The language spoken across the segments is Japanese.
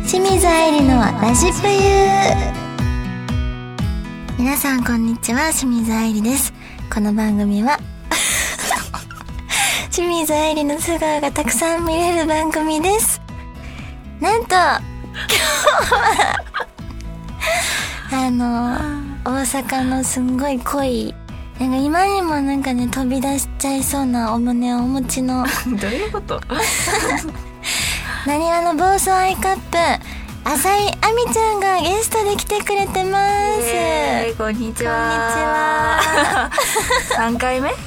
清水愛理のラジプユー。皆さんこんにちは、清水愛理です。この番組は清水愛理の素顔がたくさん見れる番組です。なんと今日は大阪のすんごい濃い、なんか今にもなんかね飛び出しちゃいそうなお胸をお持ちのどういうことなにわの暴走アイカップ浅井亜美ちゃんがゲストで来てくれてます。 こんにちは。3回目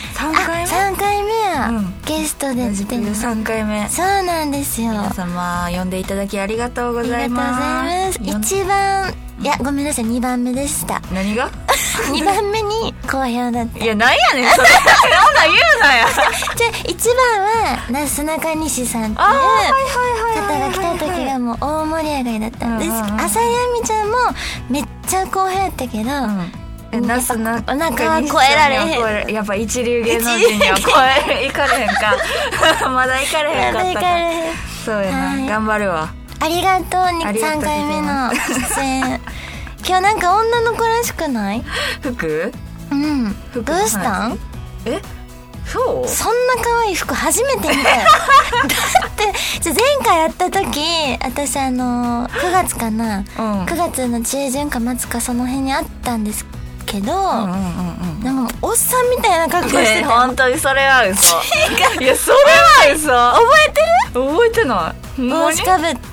3回目や、ゲストで来てる 3回目。 そうなんですよ。 皆様呼んでいただきありがとうございます。 ありがとうございます。一番、いやごめんなさい、2番目でした。 何が 2番目に好評だった。 いや、なんやねんそれ。そんなん言うなや。 じゃあ1番はなすなかにしさんっていう方が来た時がもう大盛り上がりだったんです。浅井亜美ちゃんもめっちゃ好評やったけど、 なすなかお腹は超えられへん。 やっぱ一流芸能人には超えいかれへんか。まだいかれへんかったか。そうやな、はい、頑張るわ。 ありがとう。3回目の出演。今日なんか女の子らしくない？ 服？ 服どうしたん？ そう？ そんな可愛い服初めて見たよ。だって前回やった時、私9月かな、9月の中旬か末かその辺にあったんですけど、なんかおっさんみたいな格好してた。 本当にそれは嘘。いや、それは嘘。 覚えてる？ 覚えてない。 帽子かぶって、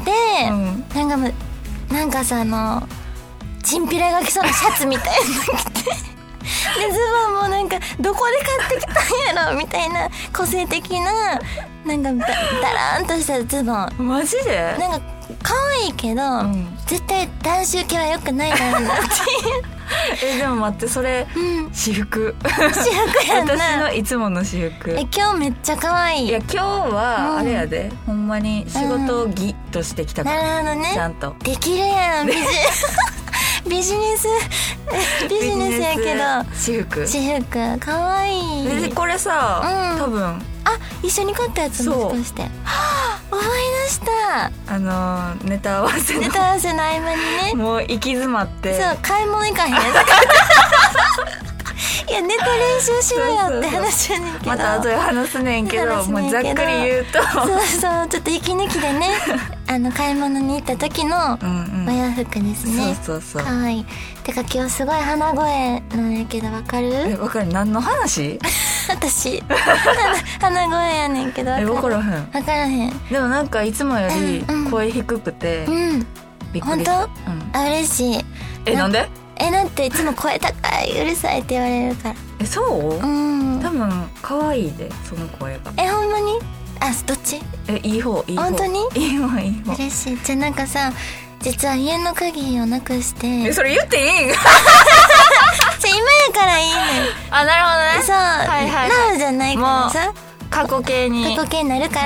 なんかさチンピラが着そうなシャツみたいなの着てでズボンもなんかどこで買ってきたんやろみたいな個性的な、なんかダラーンとしたズボン。 マジで？ なんか可愛いけど、絶対男子受けは良くないだろうなっていう。 でも待って、それ、私服やんな。 私のいつもの私服。 今日めっちゃ可愛い。 いや、今日はあれやで、ほんまに仕事をギッとしてきたから。 なるほどね。 ちゃんとできるやん。ビジネスやけど私服かわいい。 でこれさ、多分一緒に買ったやつもしかして。思い出した。 ネタ合わせの合間にね、 もう行き詰まって、 そう買い物行かへん。いや、ネタ練習しろよって話やねんけど、 また後で話すねんけど、もうざっくり言うと、 そうちょっと息抜きでね買い物に行った時のお洋服ですね。 そうかわいい。てか今日すごい鼻声なんやけど、わかる？ わかる。何の話？ 私鼻声やねんけどわからへん。でもなんかいつもより声低くてびっくりした。 本当？嬉しい。 なんで？ だっていつも声高い、うるさいって言われるから。そう？多分可愛いで、その声が。 ほんまに？どっち？ いい方。 本当に？ いい方。 嬉しい。じゃあなんかさ、実は家の鍵をなくして。 それ言っていい？ 今やからいいね。 なるほどね。 そう、なるじゃないからさ、 過去形になるから、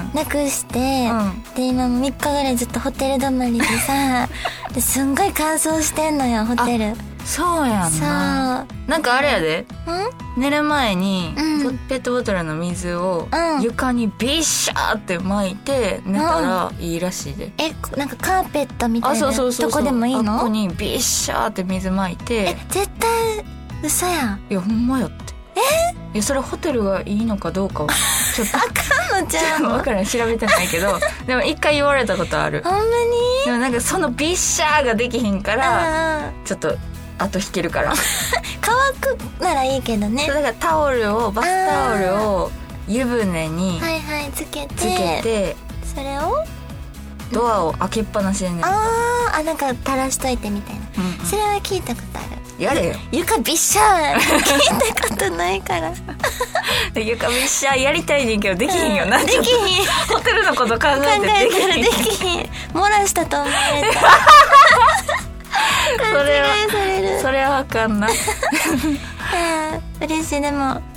なくして、で今も3日ぐらいずっとホテル泊まりでさですんごい乾燥してんのよ、ホテル。 そうやんな。なんかあれやで、寝る前にペットボトルの水を床にビッシャーって巻いて寝たらいいらしいで。 なんかカーペットみたいなとこでもいいの？ ここにビッシャーって水巻いて。 絶対嘘やん。 いや、ほんまやって。いや、それホテルがいいのかどうかはちょっとあかんのじゃん。 分からん、調べてないけどでも一回言われたことある。 ほんまに？ でもなんかそのビッシャーができひんからちょっと後引けるから乾くならいいけどね。 そうだからバスタオルを湯船につけてそれをドアを開けっぱなしで寝る。 なんか垂らしといてみたいな、それは聞いたことある。 やれよ。 床ビッシャー聞いたことないから床ビッシャーやりたいねんけどできひんよな。 できひん。 ホテルのこと考えてできひん。漏らしたと思われた。 それはあかんな。 嬉しい。でもはい、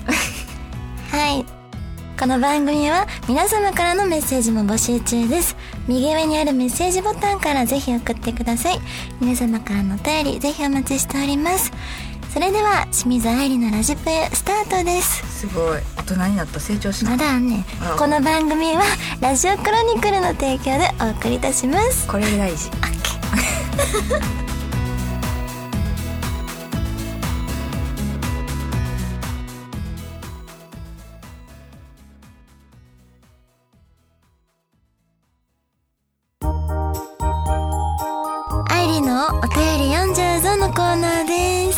この番組は皆様からのメッセージも募集中です。右上にあるメッセージボタンからぜひ送ってください。皆様からのお便りぜひお待ちしております。 それでは清水愛理のラジプエスタートです。 すごい大人になった。成長しない。 まだあんねん。この番組はラジオクロニクルの提供でお送りいたします。 これ大事。 愛理のお便り読んじゃうぞのコーナーです。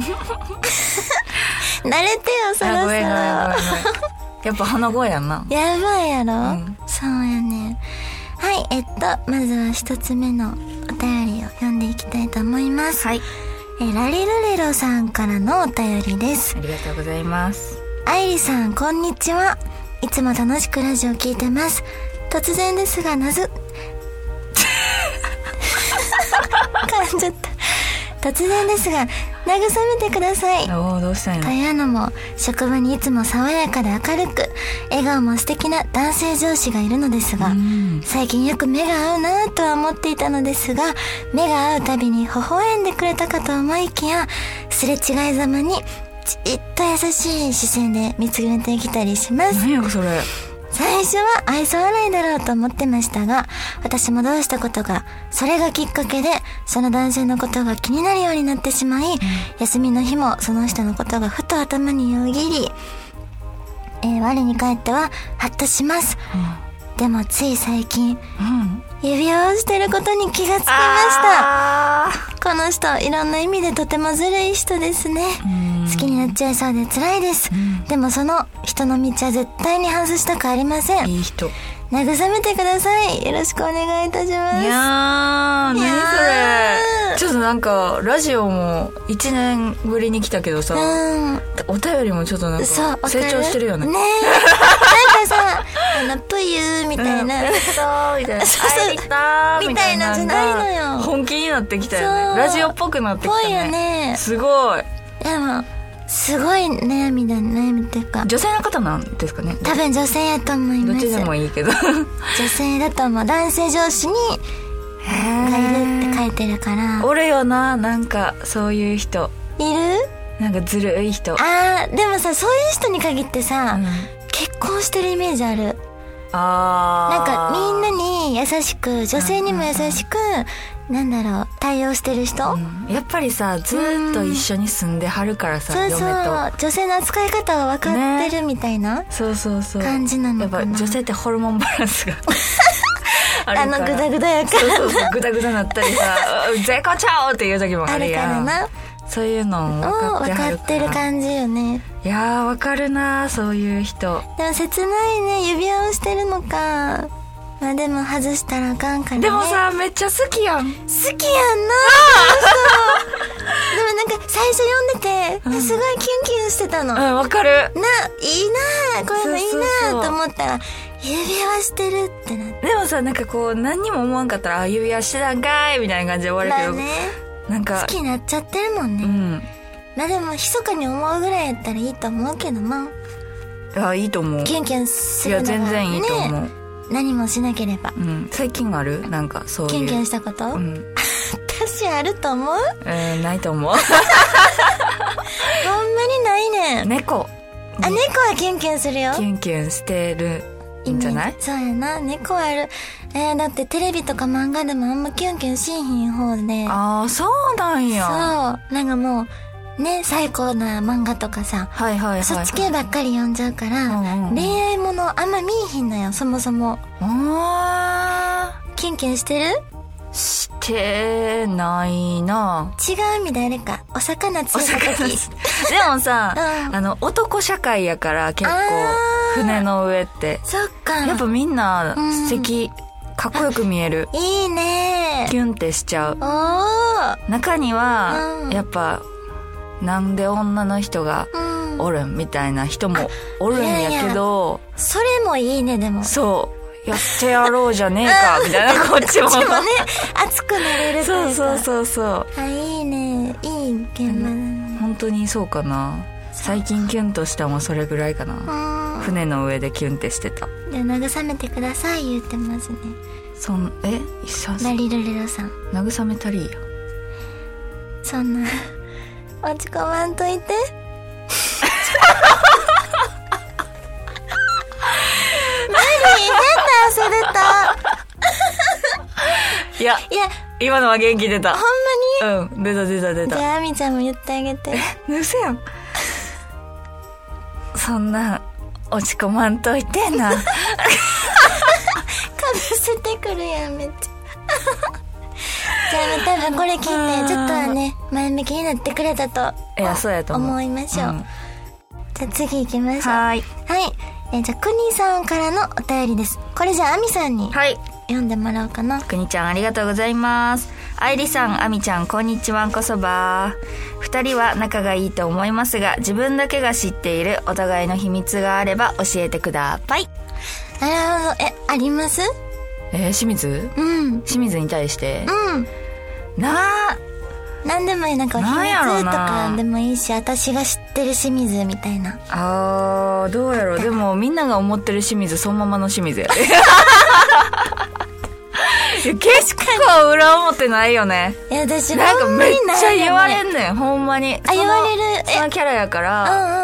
慣れてよ、そろそろ。 ごめんやっぱ鼻声やんな。 やばいやろ、そうやね。はい、まずは一つ目のお便りを読んでいきたいと思います。 はい。 ラリルレロさんからのお便りです。 ありがとうございます。 愛理さん、こんにちは。いつも楽しくラジオ聞いてます。突然ですが、噛んじゃった。突然ですが、慰めてください。 どうしたんや。 というのも、職場にいつも爽やかで明るく、笑顔も素敵な男性上司がいるのですが、最近よく目が合うなとは思っていたのですが、目が合うたびに微笑んでくれたかと思いきや、すれ違いざまにじっと優しい視線で見つめてきたりします。 何やそれ。 最初は愛想笑いだろうと思ってましたが、私もどうしたことか、それがきっかけでその男性のことが気になるようになってしまい、休みの日もその人のことがふと頭によぎり、我に返ってはハッとします。でもつい最近、指輪をしてることに気がつきました。この人、いろんな意味でとてもずるい人ですね。好きになっちゃいそうで辛いです。でもその人の道は絶対に外したくありません。 いい人。 慰めてください。よろしくお願いいたします。 いやー、何それ。ちょっとなんかラジオも1年ぶりに来たけどさ、お便りもちょっとなんか成長してるよね。 ねえ。なんかさ、ぷゆーみたいな、 そうみたいな、会いに来たーみたいなじゃないのよ。 本気になってきたよね。ラジオっぽくなってきたね。 ぽいよね。 すごい。 でもすごい悩みっていうか、 女性の方なんですかね。 多分女性やと思います。 どっちでもいいけど女性だと思う。男性上司にがいるって書いてるから。 おるよな、なんかそういう人いる。 なんかずるい人。 でもさ、そういう人に限ってさ、結婚してるイメージある。なんかみんなに優しく、女性にも優しく、なんだろう、対応してる人、 やっぱりさ、ずーっと一緒に住んではるからさ、 そうそう、 嫁と女性の扱い方は分かってるみたいな、 そう感じなのかな。 やっぱ女性ってホルモンバランスがあるから、 グダグダやから、 そうグダグダなったりさ絶好調っていう時もあるやん。 あるからな。 そういうのを分かってる感じよね。 いやー、分かるな、そういう人。 でも切ないね、指輪をしてるのか。まあでも外したらあかんからね。 でもさ、めっちゃ好きやん。 好きやんな。でもなんか最初読んでて、すごいキュンキュンしてたの。 分かる。 いいな、こういうのいいなと思ったら、指輪してるってなって。 でもさ、なんかこう何にも思わんかったら、指輪してたんかいみたいな感じで終わるけど、 まあね、 なんか好きになっちゃってるもんね。まあでも密かに思うぐらいやったらいいと思うけどな。 いいと思う。 キュンキュンするのが、ね、 いや全然いいと思う。 何もしなければ。 最近ある？なんかそういうキュンキュンしたこと？私あると思う？ ないと思う。 ほんまにないねん。 猫。 猫はキュンキュンするよ。 キュンキュンしてるんじゃない？ そうやな、猫はある。だってテレビとか漫画でもあんまキュンキュンしんひん方で。 そうなんや。 そう、なんかもうね、最高な漫画とかさ、そっち系ばっかり読んじゃうから、恋愛ものあんま見えひんのよ、そもそも。キュンキュンしてる？ してないな。 違う意味であれか、お魚釣れた時。 でもさ、男社会やから結構船の上って、 そっか、 やっぱみんな素敵、かっこよく見える。 いいね。 キュンってしちゃう。中には、やっぱなんで女の人がおるんみたいな人もおるんやけど、 それもいいね。でもそうやってやろうじゃねえかみたいな、こっちもね、熱くなれるというか。 そういいね、いい現場だね。 本当にそうかな。最近キュンとしたもそれぐらいかな。船の上でキュンってしてた。 で、慰めてください言ってますね。 ラリルレロさん、 慰めたりや。 そんな落ち込まんといて。何変な汗出た。 いや今のは元気出た。 ほんまに？ 出た。 じゃああみちゃんも言ってあげて。 嘘やん。そんな落ち込まんといてな。かぶせてくるやんめっちゃ。じゃあ多分これ聞いてちょっとはね前向きになってくれたとそうやと思いましょう。じゃあ次行きましょう。 はい。 じゃあくにさんからのお便りです。これじゃああみさんに読んでもらおうかな。 くにちゃんありがとうございます。愛理さん、あみちゃんこんにちはんこそば。二人は仲がいいと思いますが、自分だけが知っているお互いの秘密があれば教えてください。 なるほど。あります？ 清水？清水に対して？ なんでもいい。なんか秘密とかでもいいし、私が知ってる清水みたいな。 どうやろう。でもみんなが思ってる清水そのままの清水やで。結構裏表ないよね。 私なんかめっちゃ言われんねん、ほんまに。 言われる。 そのキャラやから、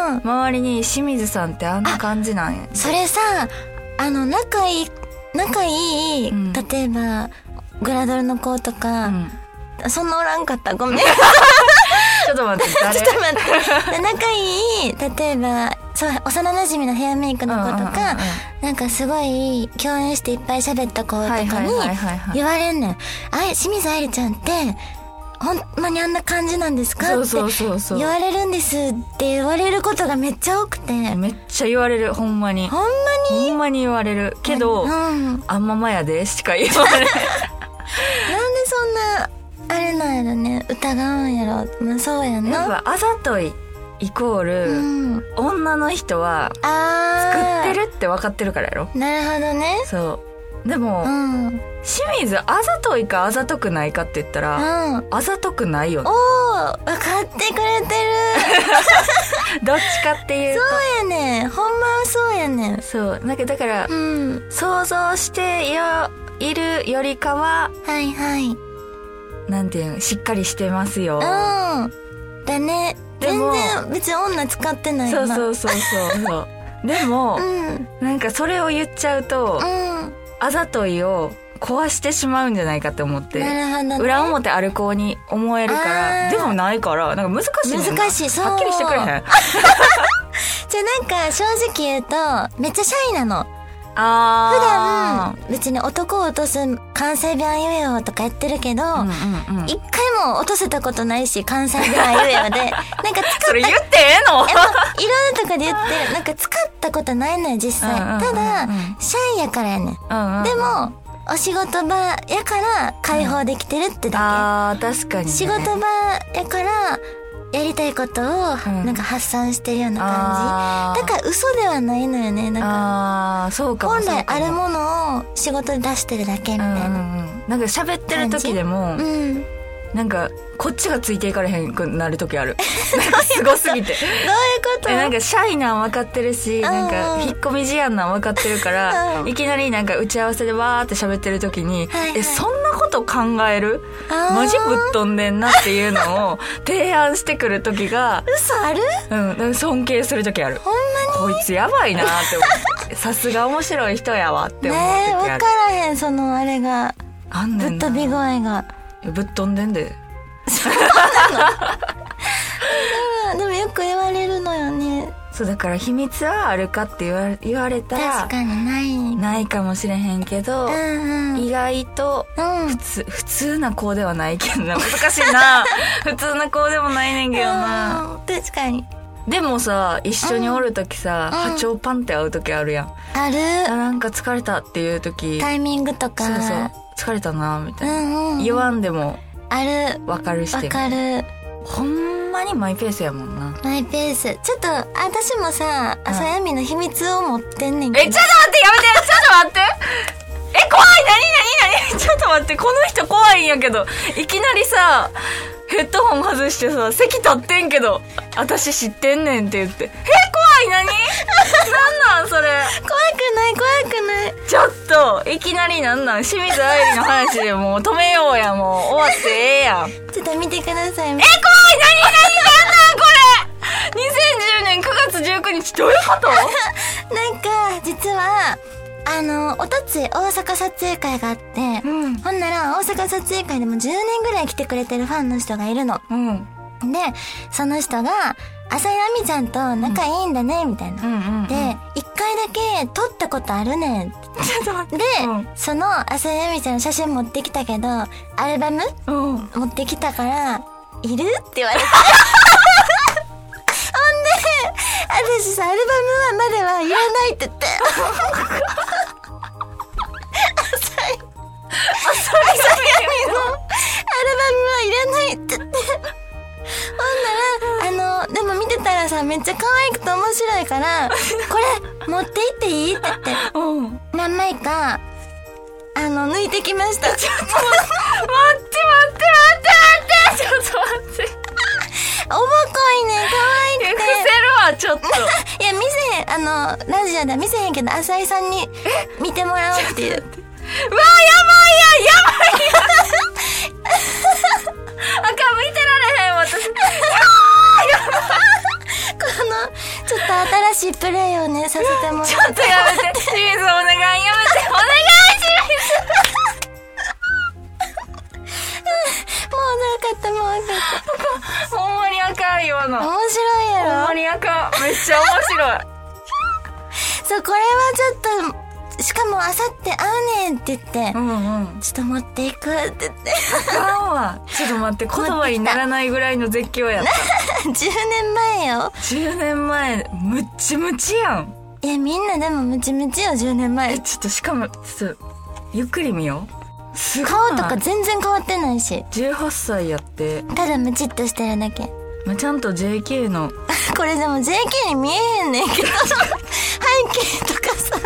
周りに清水さんってあんな感じなんや。 それさ、仲いい、例えばグラドルの子とか、そんなおらんかった。ごめん。ちょっと待って、誰？ ちょっと待って。仲いい、例えば、そう、幼馴染のヘアメイクの子とか、なんかすごい共演していっぱい喋った子とかに言われんねん。清水愛理ちゃんって、ほんまにあんな感じなんですかって言われるんですって言われることがめっちゃ多くて。 めっちゃ言われる、ほんまに。ほんまに言われる。けど、あんままやでしか言われない。なんでそんな、あれなんやろね、疑うんやろ。まあそうやな。 やっぱあざといイコール、女の人は作ってるって分かってるからやろ。 なるほどね。 そうでも、清水あざといかあざとくないかって言ったら、あざとくないよね。 分かってくれてる。 どっちかっていうとそうやねん、ほんまはそうやねん。 そうなんかだから、想像しているよりかは、なんていうの、しっかりしてますよ。 だね。全然別に女使ってないな。 そう。でも、なんかそれを言っちゃうと、あざといを壊してしまうんじゃないかって思って。 なるほどね。 裏表ある子に思えるから、でもないから、なんか難しいねんな。 難しい、そう。 はっきりしてくれへん。じゃなんか正直言うと、めっちゃシャイなの。普段別に男を落とす関西弁言えよとかやってるけど、一回も落とせたことないし、関西弁言えよで、なんか使った。 それ言ってええの？ いろんなとこで言ってる。なんか使ったことないのよ、実際。ただ、シャイやからやねん。でも、お仕事場やから解放できてるってだけ。確かにね。 仕事場やから、やりたいことをなんか発散してるような感じ、だから嘘ではないのよね。なんかそうかも本来あるものを仕事で出してるだけみたいな、 なんか喋ってる時でも、なんかこっちがついていかれへんくなる時ある。なんかすごすぎて。どういうこと？ なんかシャイなん分かってるし、なんか引っ込み思案なん分かってるから、いきなりなんか打ち合わせでわーって喋ってる時に、そんなこと考える？マジぶっ飛んでんなっていうのを提案してくる時が嘘ある？ だから尊敬する時ある。 ほんまに？ こいつやばいなって思って。さすが面白い人やわって思う時ある。 分からへん、そのあれが。 あんねんな。 ぶっ飛び具合が。 ぶっ飛んでんで。 でもよく言われるのよね。 そうだから秘密はあるかって言われたら確かにないかもしれへんけど、意外と普通な子ではないけどな。難しいな。普通な子でもないねんけどな。 確かに。 でもさ、一緒におるときさ、波長パンって会うときあるやん。 ある。 なんか疲れたっていうとき、 タイミングとか。 疲れたなみたいな、言わんでもある。 わかるして。 わかる。 ほんまにマイペースやもんな。 マイペース。ちょっと私もさ、さやみの秘密を持ってんねんけど。 ちょっと待って、やめて、ちょっと待って。怖い。何ちょっと待って、この人怖いんやけど、いきなりさ、ヘッドホン外してさ、席立ってんけど、私知ってんねんって言って。怖い。何なんそれ。 怖くない。 ちょっと、いきなりなん清水愛理の話でもう止めようや、もう。終わってええやん。 ちょっと見てください。 怖い。何 19日どういうことなんか実はおとつい大阪撮影会があって、ほんなら大阪撮影会でも10年ぐらい来てくれてるファンの人がいるの。でその人が浅井亜美ちゃんと仲いいんだねみたいな、で一回だけ撮ったことあるねんちょっと待ってで、その浅井亜美ちゃんの写真持ってきたけどアルバム、持ってきたからいるって言われてほんで私さアルバムはまではいらないって言って浅井亜美のアルバムはいらないって言ってほんならでも見てたらさめっちゃ可愛くて面白いからこれ持って行っていいって言って何枚か抜いてきました。ちょっと待ってちょっと待っておぼこいね可愛くて伏せるわちょっといや見せへんラジオでは見せへんけど浅井さんに見てもらおうっていううわやばいあかん見てられへん私ちょっと新しいプレイをねさせてもらってちょっとやめて清水お願いやめてお願いもう分かったほんまにあかん今の面白いやろほんまにあかんめっちゃ面白いそうこれはちょっとしかもあさって会うねんって言って、ちょっと持っていくって言ってあかんわちょっと待って言葉にならないぐらいの絶叫やった 10年前よ 10年前ムッチムチやんいやみんなでもムチムチよ10年前ちょっとしかもちょっとゆっくり見ようすごい顔とか全然変わってないし 18歳やってただムチっとしてるだけちゃんと JK のこれでも JK に見えへんねんけど背景とかさ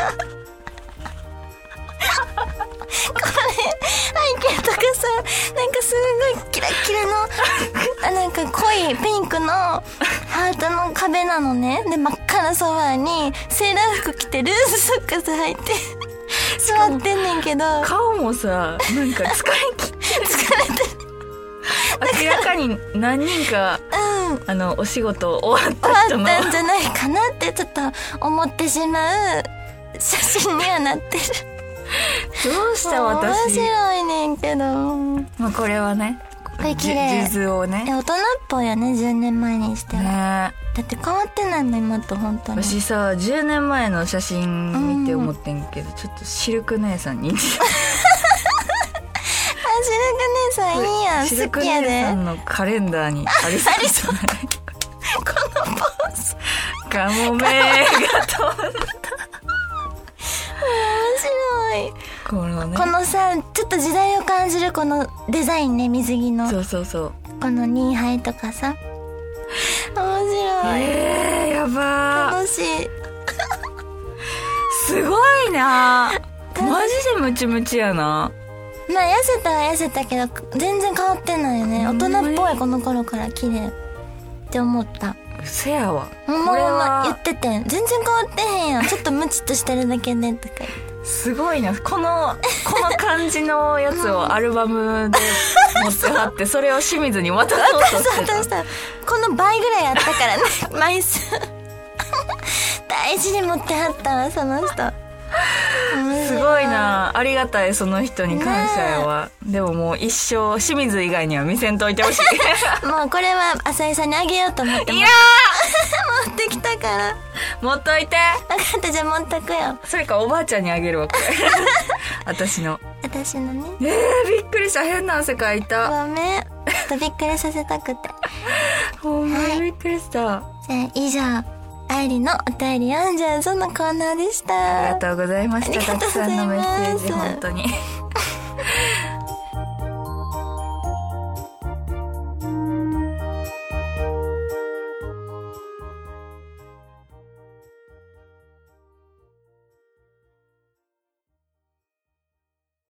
これ背景とかさなんかすごいキラキラのなんか濃いピンクのハートの壁なのねで真っ赤なソファーにセーラー服着てルーズソックス履いて座ってんねんけど顔もさなんか疲れてる明らかに何人か、お仕事終わった人の終わったんじゃないかなってちょっと思ってしまう写真にはなってるどうした私面白いねんけどこれはねこれ綺麗数珠をね大人っぽいよね10年前にしては、 ね、 だって変わってないの今と本当に私さ10年前の写真見て思ってんけど、ちょっとシルク姉さんにシルク姉さんいいやんシルク好きやで姉さんのカレンダーにありそうじゃないこのポーズカモメが飛んだ面白いこのねこのさちょっと時代を感じるこのデザインね水着のそうこのニーハイとかさ面白いやば楽しいすごいなマジでムチムチやな痩せたは痩せたけど全然変わってないよね大人っぽいこの頃から綺麗って思ったせやわこれは言ってて全然変わってへんやんちょっとムチっとしてるだけでとか言ってすごいなこの感じのやつをアルバムで持ってはってそれを清水に渡そうとしてたこの倍ぐらいあったからね枚数大事に持ってはったわその人すごいなありがたいその人に感謝やわ、でももう一生清水以外には見せんといてほしいもうこれは浅井さんにあげようと思っていや持ってきたから持っといて分かったじゃあ持っとくよそれかおばあちゃんにあげるわこれ私のねびっくりした変な汗かいたごめんちょっとびっくりさせたくてほんまにびっくりした、 じゃあ以上愛理のお便り読んじゃうそのコーナーでした。 ありがとうございました。たくさんのメッセージ本当に